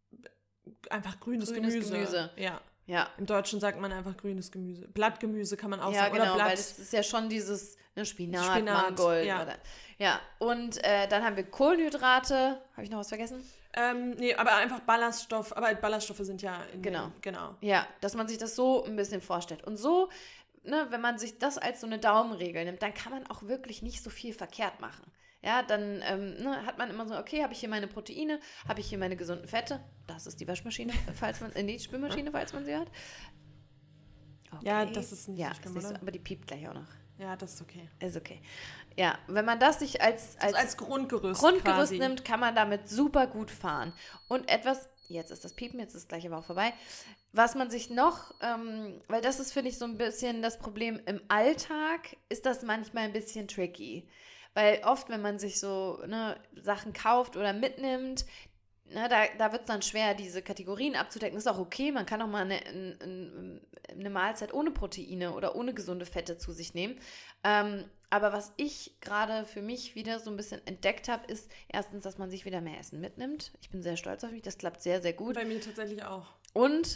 einfach grünes, Grünes Gemüse. Gemüse. Ja. Ja. Im Deutschen sagt man einfach grünes Gemüse. Blattgemüse kann man auch Ja, sagen. genau, Oder Blatt. weil das ist ja schon dieses Ne, Spinat, Spinat, Mangold. ja. Oder, ja, und äh, dann haben wir Kohlenhydrate. Habe ich noch was vergessen? Ähm, nee, aber einfach Ballaststoff, aber Ballaststoffe sind ja in Genau. Den, genau. Ja, dass man sich das so ein bisschen vorstellt. Und so, ne, wenn man sich das als so eine Daumenregel nimmt, dann kann man auch wirklich nicht so viel verkehrt machen. Ja, dann ähm, ne, hat man immer so, okay, habe ich hier meine Proteine, habe ich hier meine gesunden Fette. Das ist die Waschmaschine, falls man, äh, die Spülmaschine, falls man sie hat. Okay. Ja, das ist nicht ja, so schlimm, ist nicht oder? so, aber die piept gleich auch noch. Ja, das ist okay. Ist okay. Ja, wenn man das sich als, als, Also als Grundgerüst Grundgerüst quasi. nimmt, kann man damit super gut fahren. Und etwas, jetzt ist das Piepen, jetzt ist gleich aber auch vorbei, was man sich noch, ähm, weil das ist, finde ich, so ein bisschen das Problem im Alltag, ist das manchmal ein bisschen tricky. Weil oft, wenn man sich so ne, Sachen kauft oder mitnimmt, ne, da, da wird es dann schwer, diese Kategorien abzudecken. Das ist auch okay, man kann auch mal eine, eine, eine Mahlzeit ohne Proteine oder ohne gesunde Fette zu sich nehmen. Ähm, aber was ich gerade für mich wieder so ein bisschen entdeckt habe, ist erstens, dass man sich wieder mehr Essen mitnimmt. Ich bin sehr stolz auf mich, das klappt sehr, sehr gut. Bei mir tatsächlich auch. Und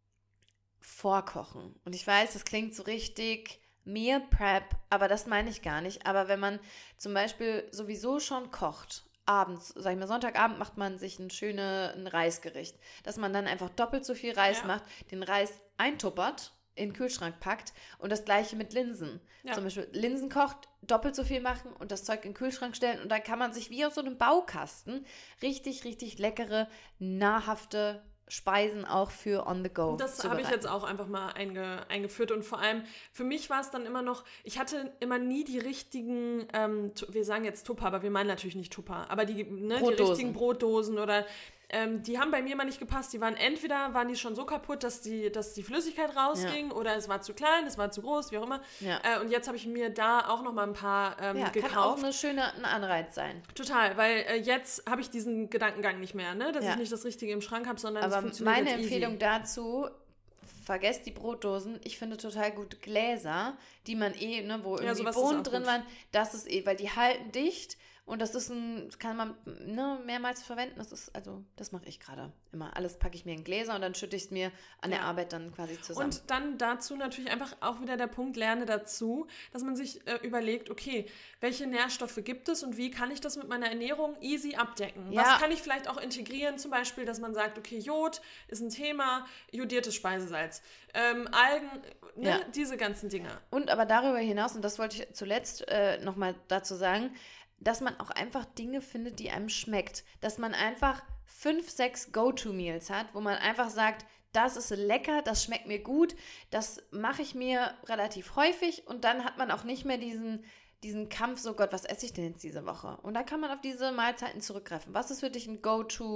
vorkochen. Und ich weiß, das klingt so richtig Meal Prep, aber das meine ich gar nicht. Aber wenn man zum Beispiel sowieso schon kocht, abends, sag ich mal, Sonntagabend macht man sich ein schönes ein Reisgericht, dass man dann einfach doppelt so viel Reis Ja. macht, den Reis eintuppert, in den Kühlschrank packt und das gleiche mit Linsen. Ja. Zum Beispiel Linsen kocht, doppelt so viel machen und das Zeug in den Kühlschrank stellen und dann kann man sich wie aus so einem Baukasten richtig, richtig leckere, nahrhafte Speisen auch für on the go Das habe ich jetzt auch einfach mal einge, eingeführt und vor allem für mich war es dann immer noch, ich hatte immer nie die richtigen, ähm, wir sagen jetzt Tupper, aber wir meinen natürlich nicht Tupper, aber die, ne, die Brotdosen. richtigen Brotdosen oder ähm, die haben bei mir immer nicht gepasst. Die waren entweder, waren die schon so kaputt, dass die, dass die Flüssigkeit rausging Ja. oder es war zu klein, es war zu groß, wie auch immer. Ja. Äh, und jetzt habe ich mir da auch noch mal ein paar ähm, Ja, gekauft. kann auch eine schöne ein Anreiz sein. Total, weil äh, jetzt habe ich diesen Gedankengang nicht mehr, ne? Dass Ja. ich nicht das Richtige im Schrank habe, sondern es Aber funktioniert meine jetzt Empfehlung easy. dazu, vergesst die Brotdosen. Ich finde total gut Gläser, die man eh, ne, wo irgendwie sowas ist Bohnen auch drin gut. waren. Das ist eh, weil die halten dicht und das ist ein, das kann man ne, mehrmals verwenden. Das ist, also, das mache ich gerade immer. Alles packe ich mir in Gläser und dann schütte ich es mir an der Ja. Arbeit dann quasi zusammen. Und dann dazu natürlich einfach auch wieder der Punkt, lerne dazu, dass man sich äh, überlegt, okay, welche Nährstoffe gibt es und wie kann ich das mit meiner Ernährung easy abdecken? Ja. Was kann ich vielleicht auch integrieren? Zum Beispiel, dass man sagt, okay, Jod ist ein Thema, jodiertes Speisesalz, ähm, Algen, ne, Ja. diese ganzen Dinge. Und aber darüber hinaus, und das wollte ich zuletzt äh, nochmal dazu sagen, dass man auch einfach Dinge findet, die einem schmeckt. Dass man einfach fünf, sechs Go-To-Meals hat, wo man einfach sagt, das ist lecker, das schmeckt mir gut, das mache ich mir relativ häufig und dann hat man auch nicht mehr diesen, diesen Kampf, so Gott, was esse ich denn jetzt diese Woche? Und dann kann man auf diese Mahlzeiten zurückgreifen. Was ist für dich ein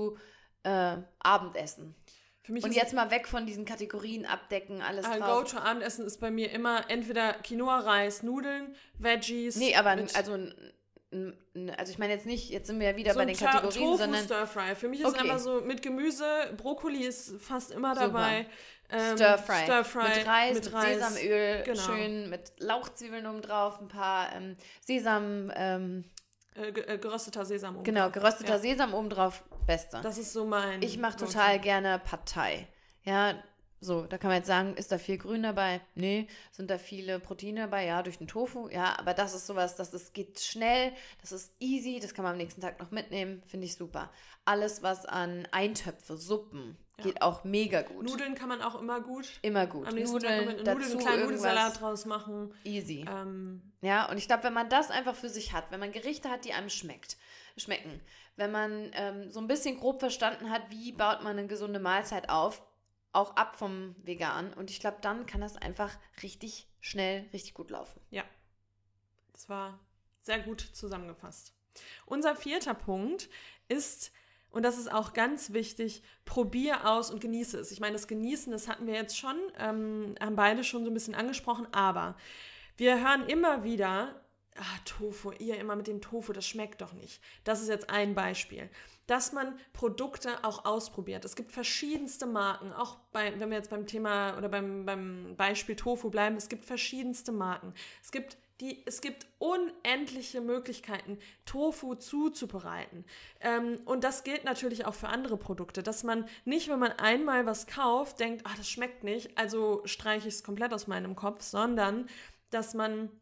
Go-To-Abendessen? Für mich Und ist jetzt mal weg von diesen Kategorien, abdecken, alles ein drauf. Go-To-Abendessen ist bei mir immer entweder Quinoa, Reis, Nudeln, Veggies. Nee, aber mit also, n- n- also ich meine jetzt nicht, jetzt sind wir ja wieder so bei ein den Ta- Kategorien, Tofu sondern Stir-Fry. Für mich ist Okay. einfach so mit Gemüse, Brokkoli ist fast immer Super. dabei. Ähm, Stir-Fry. Stir-Fry. Mit Reis, mit, mit Reis. Sesamöl, Genau. schön mit Lauchzwiebeln oben drauf, ein paar ähm, Sesam, ähm, Äh, ge- äh, gerösteter Sesam. oben genau, drauf. gerösteter Ja. Sesam oben drauf, beste. Das ist so mein... Ich mache Go-To. total gerne Pad Thai. Ja, so, da kann man jetzt sagen, ist da viel Grün dabei? Nee. Sind da viele Proteine dabei? Ja, durch den Tofu. Ja, aber das ist sowas, das ist, geht schnell, das ist easy, das kann man am nächsten Tag noch mitnehmen, finde ich super. Alles, was an Eintöpfe, Suppen, Ja. geht auch mega gut. Nudeln kann man auch immer gut. Immer gut. Am nächsten Tag Nudeln, mit dazu Nudeln einen kleinen irgendwas Nudelsalat draus machen. easy. Ähm, Ja, und ich glaube, wenn man das einfach für sich hat, wenn man Gerichte hat, die einem schmeckt, schmecken, wenn man ähm, so ein bisschen grob verstanden hat, wie baut man eine gesunde Mahlzeit auf, auch ab vom Vegan, und ich glaube, dann kann das einfach richtig schnell, richtig gut laufen. ja, das war sehr gut zusammengefasst. Unser vierter Punkt ist, und das ist auch ganz wichtig, probier aus und genieße es. Ich meine, das Genießen, das hatten wir jetzt schon, ähm, haben beide schon so ein bisschen angesprochen, aber wir hören immer wieder, ah, Tofu, ihr immer mit dem Tofu, das schmeckt doch nicht. Das ist jetzt ein Beispiel. Dass man Produkte auch ausprobiert. Es gibt verschiedenste Marken, auch bei, wenn wir jetzt beim Thema oder beim, beim Beispiel Tofu bleiben, es gibt verschiedenste Marken. Es gibt Die, es gibt unendliche Möglichkeiten, Tofu zuzubereiten. Ähm, und das gilt natürlich auch für andere Produkte, dass man nicht, wenn man einmal was kauft, denkt, ah, das schmeckt nicht, also streiche ich es komplett aus meinem Kopf, sondern dass man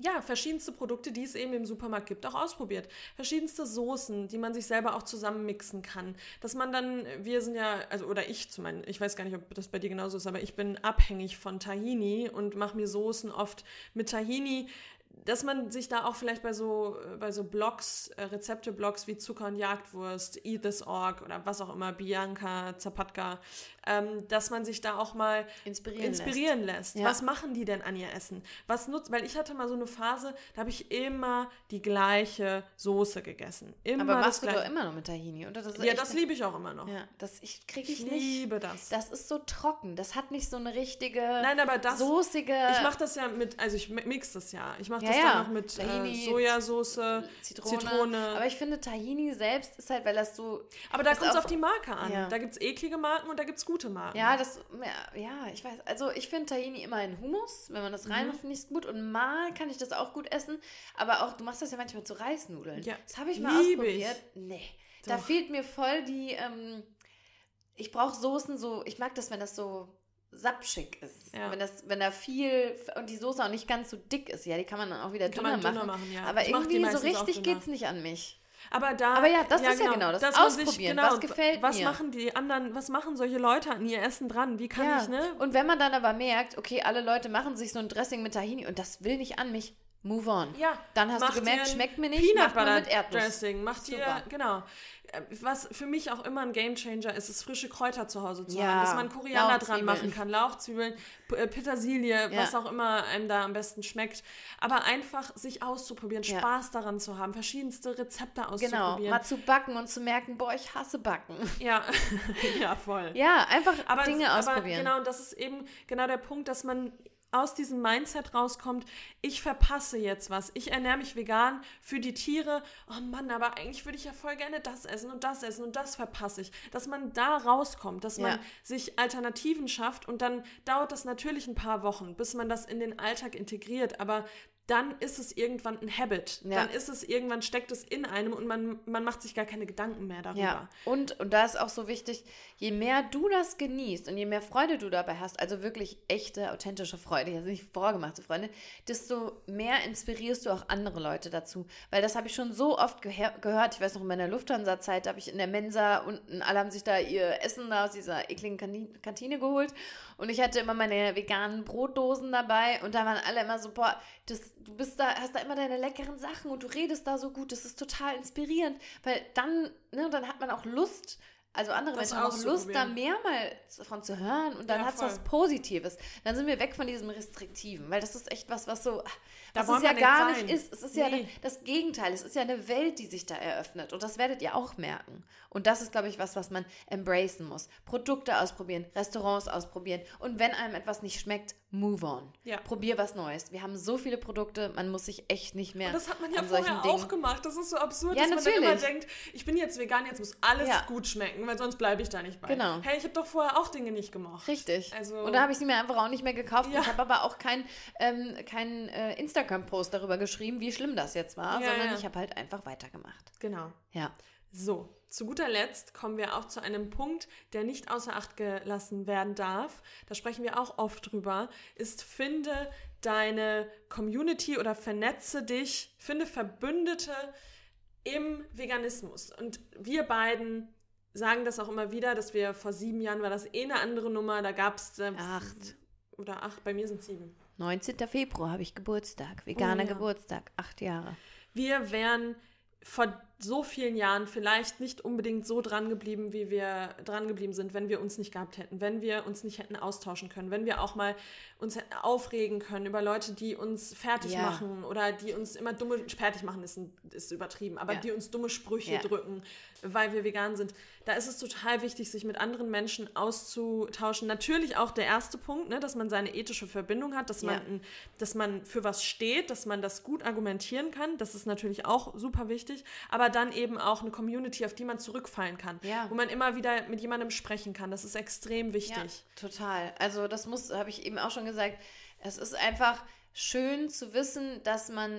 ja, verschiedenste Produkte, die es eben im Supermarkt gibt, auch ausprobiert. Verschiedenste Soßen, die man sich selber auch zusammenmixen kann. Dass man dann, wir sind ja, also oder ich zu meinen, ich weiß gar nicht, ob das bei dir genauso ist, aber ich bin abhängig von Tahini und mache mir Soßen oft mit Tahini, dass man sich da auch vielleicht bei so, bei so Blogs, äh, Rezepte-Blogs wie Zucker und Jagdwurst, Eat This Org oder was auch immer, Bianca, Zapatka, ähm, dass man sich da auch mal inspirieren, inspirieren lässt. lässt. Ja. Was machen die denn an ihr Essen? Was nutzt, weil ich hatte mal so eine Phase, da habe ich immer die gleiche Soße gegessen. Immer Aber machst das du gleiche. doch immer noch mit Tahini, oder? Das ist Ja, echt das eine- liebe ich auch immer noch. Ja, das ich kriege ich, Ich nicht. liebe das. Das ist so trocken. Das hat nicht so eine richtige Nein, aber das, soßige. ich mache das ja mit, also ich mix das ja. Ich mache Ja, das ja. dann noch mit Tahini, äh, Sojasauce, Zitrone. Zitrone. Aber ich finde, Tahini selbst ist halt, weil das so. Aber da ist kommt es auch- auf die Marke an. Ja. Da gibt es eklige Marken und da gibt es gute Marken. Ja, das, ja, ja, ich weiß. Also ich finde Tahini immer in Hummus. Wenn man das Mhm. reinmacht, finde ich es gut. Und mal kann ich das auch gut essen. Aber auch, du machst das ja manchmal zu Reisnudeln. Ja. Das habe ich mal Lieb ausprobiert. ich. Nee. Da Doch. fehlt mir voll die, ähm, ich brauche Soßen so, ich mag das, wenn das so sapschig ist. Ja. Wenn das, wenn da viel, und die Soße auch nicht ganz so dick ist. Ja, die kann man dann auch wieder Kann dünner, man dünner machen. machen, ja. Aber Ich mach die irgendwie so meistens auch richtig dünner. geht's nicht an mich. Aber da, Aber ja, das ist ja genau das dass man sich- Ausprobieren. genau, Was gefällt was mir? machen die anderen, was machen solche Leute an ihr Essen dran? Wie kann Ja. ich, ne? Und wenn man dann aber merkt, okay, alle Leute machen sich so ein Dressing mit Tahini und das will nicht an mich, move on. Ja, Dann hast mach du gemerkt, dir ein schmeckt mir nicht, Peanut macht man Butter mit Erdnuss. Dressing, macht dir, Super. genau. Äh, Was für mich auch immer ein Gamechanger ist, ist frische Kräuter zu Hause zu Ja, haben, dass man Koriander dran Lauchzwiebeln. machen kann, Lauchzwiebeln, P- äh, Petersilie, Ja. was auch immer einem da am besten schmeckt. Aber einfach sich auszuprobieren, Ja. Spaß daran zu haben, verschiedenste Rezepte Genau, auszuprobieren. mal zu backen und zu merken, boah, ich hasse Backen. Ja, ja, voll. Ja, einfach aber, Dinge aber ausprobieren. Genau, und das ist eben genau der Punkt, dass man aus diesem Mindset rauskommt, ich verpasse jetzt was, ich ernähre mich vegan für die Tiere, oh Mann, aber eigentlich würde ich ja voll gerne das essen und das essen und das verpasse ich. Dass man da rauskommt, dass man Ja. sich Alternativen schafft und dann dauert das natürlich ein paar Wochen, bis man das in den Alltag integriert, aber dann ist es irgendwann ein Habit. Ja. Dann ist es irgendwann, steckt es in einem und man, man macht sich gar keine Gedanken mehr darüber. Ja, und, und da ist auch so wichtig, je mehr du das genießt und je mehr Freude du dabei hast, also wirklich echte, authentische Freude, also nicht vorgemachte Freude, desto mehr inspirierst du auch andere Leute dazu. Weil das habe ich schon so oft geher- gehört, ich weiß noch, in meiner Lufthansa-Zeit habe ich in der Mensa unten, alle haben sich da ihr Essen da aus dieser ekligen Kanti- Kantine geholt und ich hatte immer meine veganen Brotdosen dabei und da waren alle immer so, boah, das, du bist da, hast da immer deine leckeren Sachen und du redest da so gut, das ist total inspirierend, weil dann, ne, dann hat man auch Lust, also andere Das Menschen haben auch Lust, da auszuprobieren. mehr mal davon zu hören und dann Ja, hat es voll. was Positives. Dann sind wir weg von diesem Restriktiven, weil das ist echt was, was so, Da was wollen es ja wir nicht gar sein. nicht ist. Es ist ja Nee. das Gegenteil, es ist ja eine Welt, die sich da eröffnet und das werdet ihr auch merken. Und das ist, glaube ich, was, was man embracen muss. Produkte ausprobieren, Restaurants ausprobieren und wenn einem etwas nicht schmeckt, move on. Ja. Probier was Neues. Wir haben so viele Produkte, man muss sich echt nicht mehr Und das hat man ja an solchen vorher Dingen... auch gemacht. Das ist so absurd, Ja, dass man dann immer natürlich. denkt, ich bin jetzt vegan, jetzt muss alles Ja. gut schmecken, weil sonst bleibe ich da nicht bei. Genau. Hey, ich habe doch vorher auch Dinge nicht gemocht. Richtig. Also, und da habe ich sie mir einfach auch nicht mehr gekauft. Ja. Ich habe aber auch keinen ähm, kein, äh, Instagram-Post darüber geschrieben, wie schlimm das jetzt war, Ja, sondern ja. ich habe halt einfach weitergemacht. Genau. Ja. So, zu guter Letzt kommen wir auch zu einem Punkt, der nicht außer Acht gelassen werden darf. Da sprechen wir auch oft drüber. Ist, finde deine Community oder vernetze dich, finde Verbündete im Veganismus. Und wir beiden sagen das auch immer wieder, dass wir vor sieben Jahren war das eh eine andere Nummer. Da gab es äh, Acht. oder acht, bei mir sind sieben. neunzehnten Februar habe ich Geburtstag. Veganer Oh, ja. Geburtstag. Acht Jahre. Wir wären vor so vielen Jahren vielleicht nicht unbedingt so dran geblieben, wie wir dran geblieben sind, wenn wir uns nicht gehabt hätten, wenn wir uns nicht hätten austauschen können, wenn wir auch mal uns hätten aufregen können über Leute, die uns fertig Ja. machen oder die uns immer dumme, fertig machen ist, ein, ist übertrieben, aber Ja. die uns dumme Sprüche Ja. drücken, weil wir vegan sind. Da ist es total wichtig, sich mit anderen Menschen auszutauschen. Natürlich auch der erste Punkt, ne, dass man seine ethische Verbindung hat, dass man, Ja. ein- dass man für was steht, dass man das gut argumentieren kann. Das ist natürlich auch super wichtig. Aber dann eben auch eine Community, auf die man zurückfallen kann. Ja. Wo man immer wieder mit jemandem sprechen kann. Das ist extrem wichtig. Ja, total. Also das muss, habe ich eben auch schon gesagt, es ist einfach schön zu wissen, dass man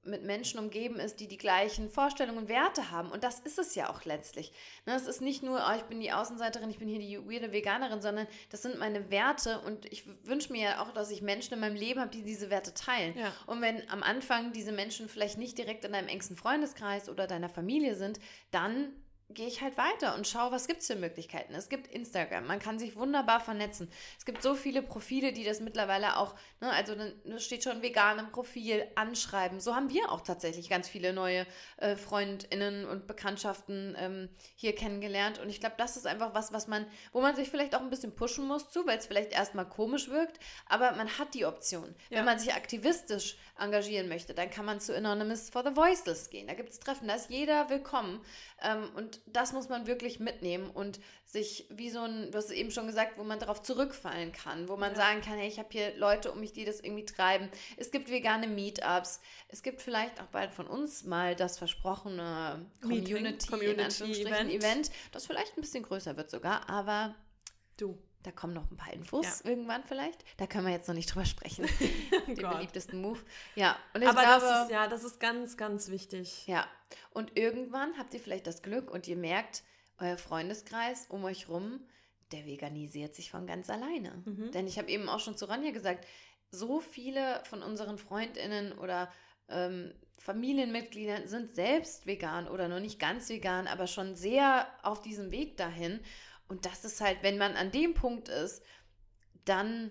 mit Menschen umgeben ist, die die gleichen Vorstellungen und Werte haben. Und das ist es ja auch letztlich. Ne, es ist nicht nur, oh, ich bin die Außenseiterin, ich bin hier die weirde Veganerin, sondern das sind meine Werte. Und ich wünsche mir ja auch, dass ich Menschen in meinem Leben habe, die diese Werte teilen. Ja. Und wenn am Anfang diese Menschen vielleicht nicht direkt in deinem engsten Freundeskreis oder deiner Familie sind, dann gehe ich halt weiter und schaue, was gibt es für Möglichkeiten. Es gibt Instagram, man kann sich wunderbar vernetzen. Es gibt so viele Profile, die das mittlerweile auch, ne, also da steht schon vegan im Profil, anschreiben. So haben wir auch tatsächlich ganz viele neue äh, FreundInnen und Bekanntschaften ähm, hier kennengelernt. Und ich glaube, das ist einfach was, was man, wo man sich vielleicht auch ein bisschen pushen muss zu, weil es vielleicht erstmal komisch wirkt, aber man hat die Option. Ja. Wenn man sich aktivistisch engagieren möchte, dann kann man zu Anonymous for the Voiceless gehen. Da gibt es Treffen, da ist jeder willkommen. Ähm, und das muss man wirklich mitnehmen und sich wie so ein, du hast es eben schon gesagt, wo man darauf zurückfallen kann, wo man ja. sagen kann, hey, ich habe hier Leute um mich, die das irgendwie treiben. Es gibt vegane Meetups. Es gibt vielleicht auch bald von uns mal das versprochene Community, Community in Anführungsstrichen Event. Event, das vielleicht ein bisschen größer wird sogar, aber du. Da kommen noch ein paar Infos ja. irgendwann vielleicht. Da können wir jetzt noch nicht drüber sprechen. Den Gott. beliebtesten Move. Ja, und ich Aber glaube, das ist, ja, das ist ganz, ganz wichtig. Ja, und irgendwann habt ihr vielleicht das Glück und ihr merkt, euer Freundeskreis um euch rum, der veganisiert sich von ganz alleine. Mhm. Denn ich habe eben auch schon zu Ronja gesagt, so viele von unseren FreundInnen oder ähm, Familienmitgliedern sind selbst vegan oder noch nicht ganz vegan, aber schon sehr auf diesem Weg dahin. Und das ist halt, wenn man an dem Punkt ist, dann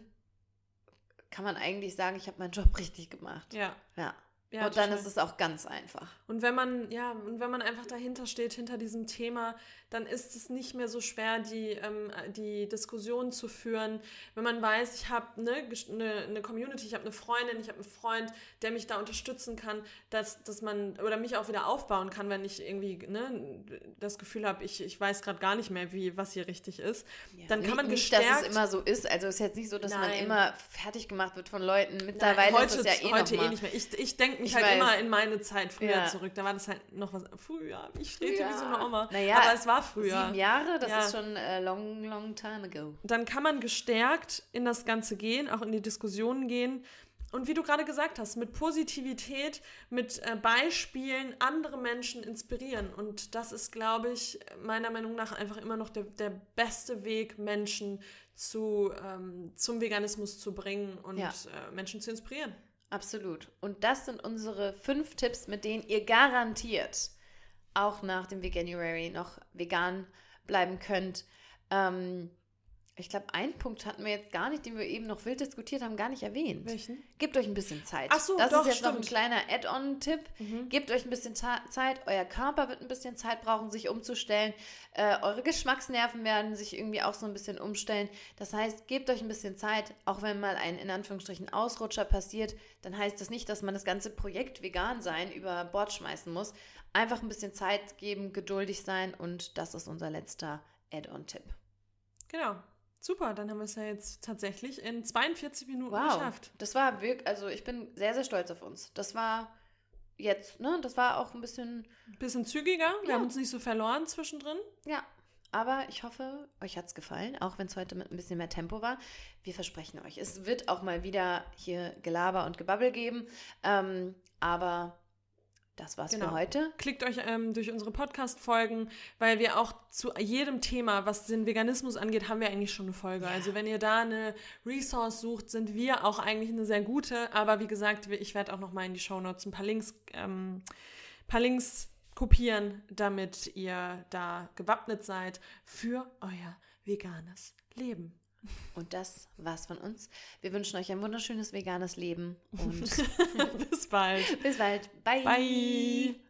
kann man eigentlich sagen, ich habe meinen Job richtig gemacht. Ja. Ja. Ja, und dann total. ist es auch ganz einfach. Und wenn man, ja, und wenn man einfach dahinter steht, hinter diesem Thema, dann ist es nicht mehr so schwer, die, ähm, die Diskussion zu führen. Wenn man weiß, ich habe ne, eine, eine Community, ich habe eine Freundin, ich habe einen Freund, der mich da unterstützen kann, dass, dass man, oder mich auch wieder aufbauen kann, wenn ich irgendwie ne, das Gefühl habe, ich, ich weiß gerade gar nicht mehr, wie, was hier richtig ist. Ja, dann kann man nicht, gestärkt... dass es immer so ist. Also es ist jetzt nicht so, dass Nein. man immer fertig gemacht wird von Leuten. Mittlerweile Nein, heute, ist es ja eh heute noch mal. eh nicht mehr. Ich, ich denke mich Ich halt weiß. immer in meine Zeit früher Ja. zurück. Da war das halt noch was. Früher. Ich rede Ja. wie so eine Oma. Naja, aber es war früher. Sieben Jahre, das Ja. ist schon a long, long time ago. Dann kann man gestärkt in das Ganze gehen, auch in die Diskussionen gehen. Und wie du gerade gesagt hast, mit Positivität, mit äh, Beispielen andere Menschen inspirieren. Und das ist, glaube ich, meiner Meinung nach einfach immer noch der, der beste Weg, Menschen zu, ähm, zum Veganismus zu bringen und Ja. äh, Menschen zu inspirieren. Absolut. Und das sind unsere fünf Tipps, mit denen ihr garantiert auch nach dem Veganuary noch vegan bleiben könnt. Ähm, ich glaube, einen Punkt hatten wir jetzt gar nicht, den wir eben noch wild diskutiert haben, gar nicht erwähnt. Welchen? Gebt euch ein bisschen Zeit. Ach so, das doch, ist jetzt stimmt. noch ein kleiner Add-on-Tipp. Mhm. Gebt euch ein bisschen Ta- Zeit. Euer Körper wird ein bisschen Zeit brauchen, sich umzustellen. Äh, eure Geschmacksnerven werden sich irgendwie auch so ein bisschen umstellen. Das heißt, gebt euch ein bisschen Zeit. Auch wenn mal ein, in Anführungsstrichen, Ausrutscher passiert, dann heißt das nicht, dass man das ganze Projekt vegan sein über Bord schmeißen muss. Einfach ein bisschen Zeit geben, geduldig sein und das ist unser letzter Add-on-Tipp. Genau. Super, dann haben wir es ja jetzt tatsächlich in zweiundvierzig Minuten Wow, geschafft. das war wirklich, also ich bin sehr, sehr stolz auf uns. Das war jetzt, ne, das war auch ein bisschen... Bisschen zügiger, wir Ja. haben uns nicht so verloren zwischendrin. Ja, aber ich hoffe, euch hat es gefallen, auch wenn es heute mit ein bisschen mehr Tempo war. Wir versprechen euch, es wird auch mal wieder hier Gelaber und Gebabbel geben, ähm, aber das war's Genau. für heute. Klickt euch ähm, durch unsere Podcast-Folgen, weil wir auch zu jedem Thema, was den Veganismus angeht, haben wir eigentlich schon eine Folge. Ja. Also wenn ihr da eine Resource sucht, sind wir auch eigentlich eine sehr gute. Aber wie gesagt, ich werde auch noch mal in die Shownotes ein paar Links, ähm, paar Links kopieren, damit ihr da gewappnet seid für euer veganes Leben. Und das war's von uns. Wir wünschen euch ein wunderschönes veganes Leben und Bis bald. bis bald. Bye. Bye.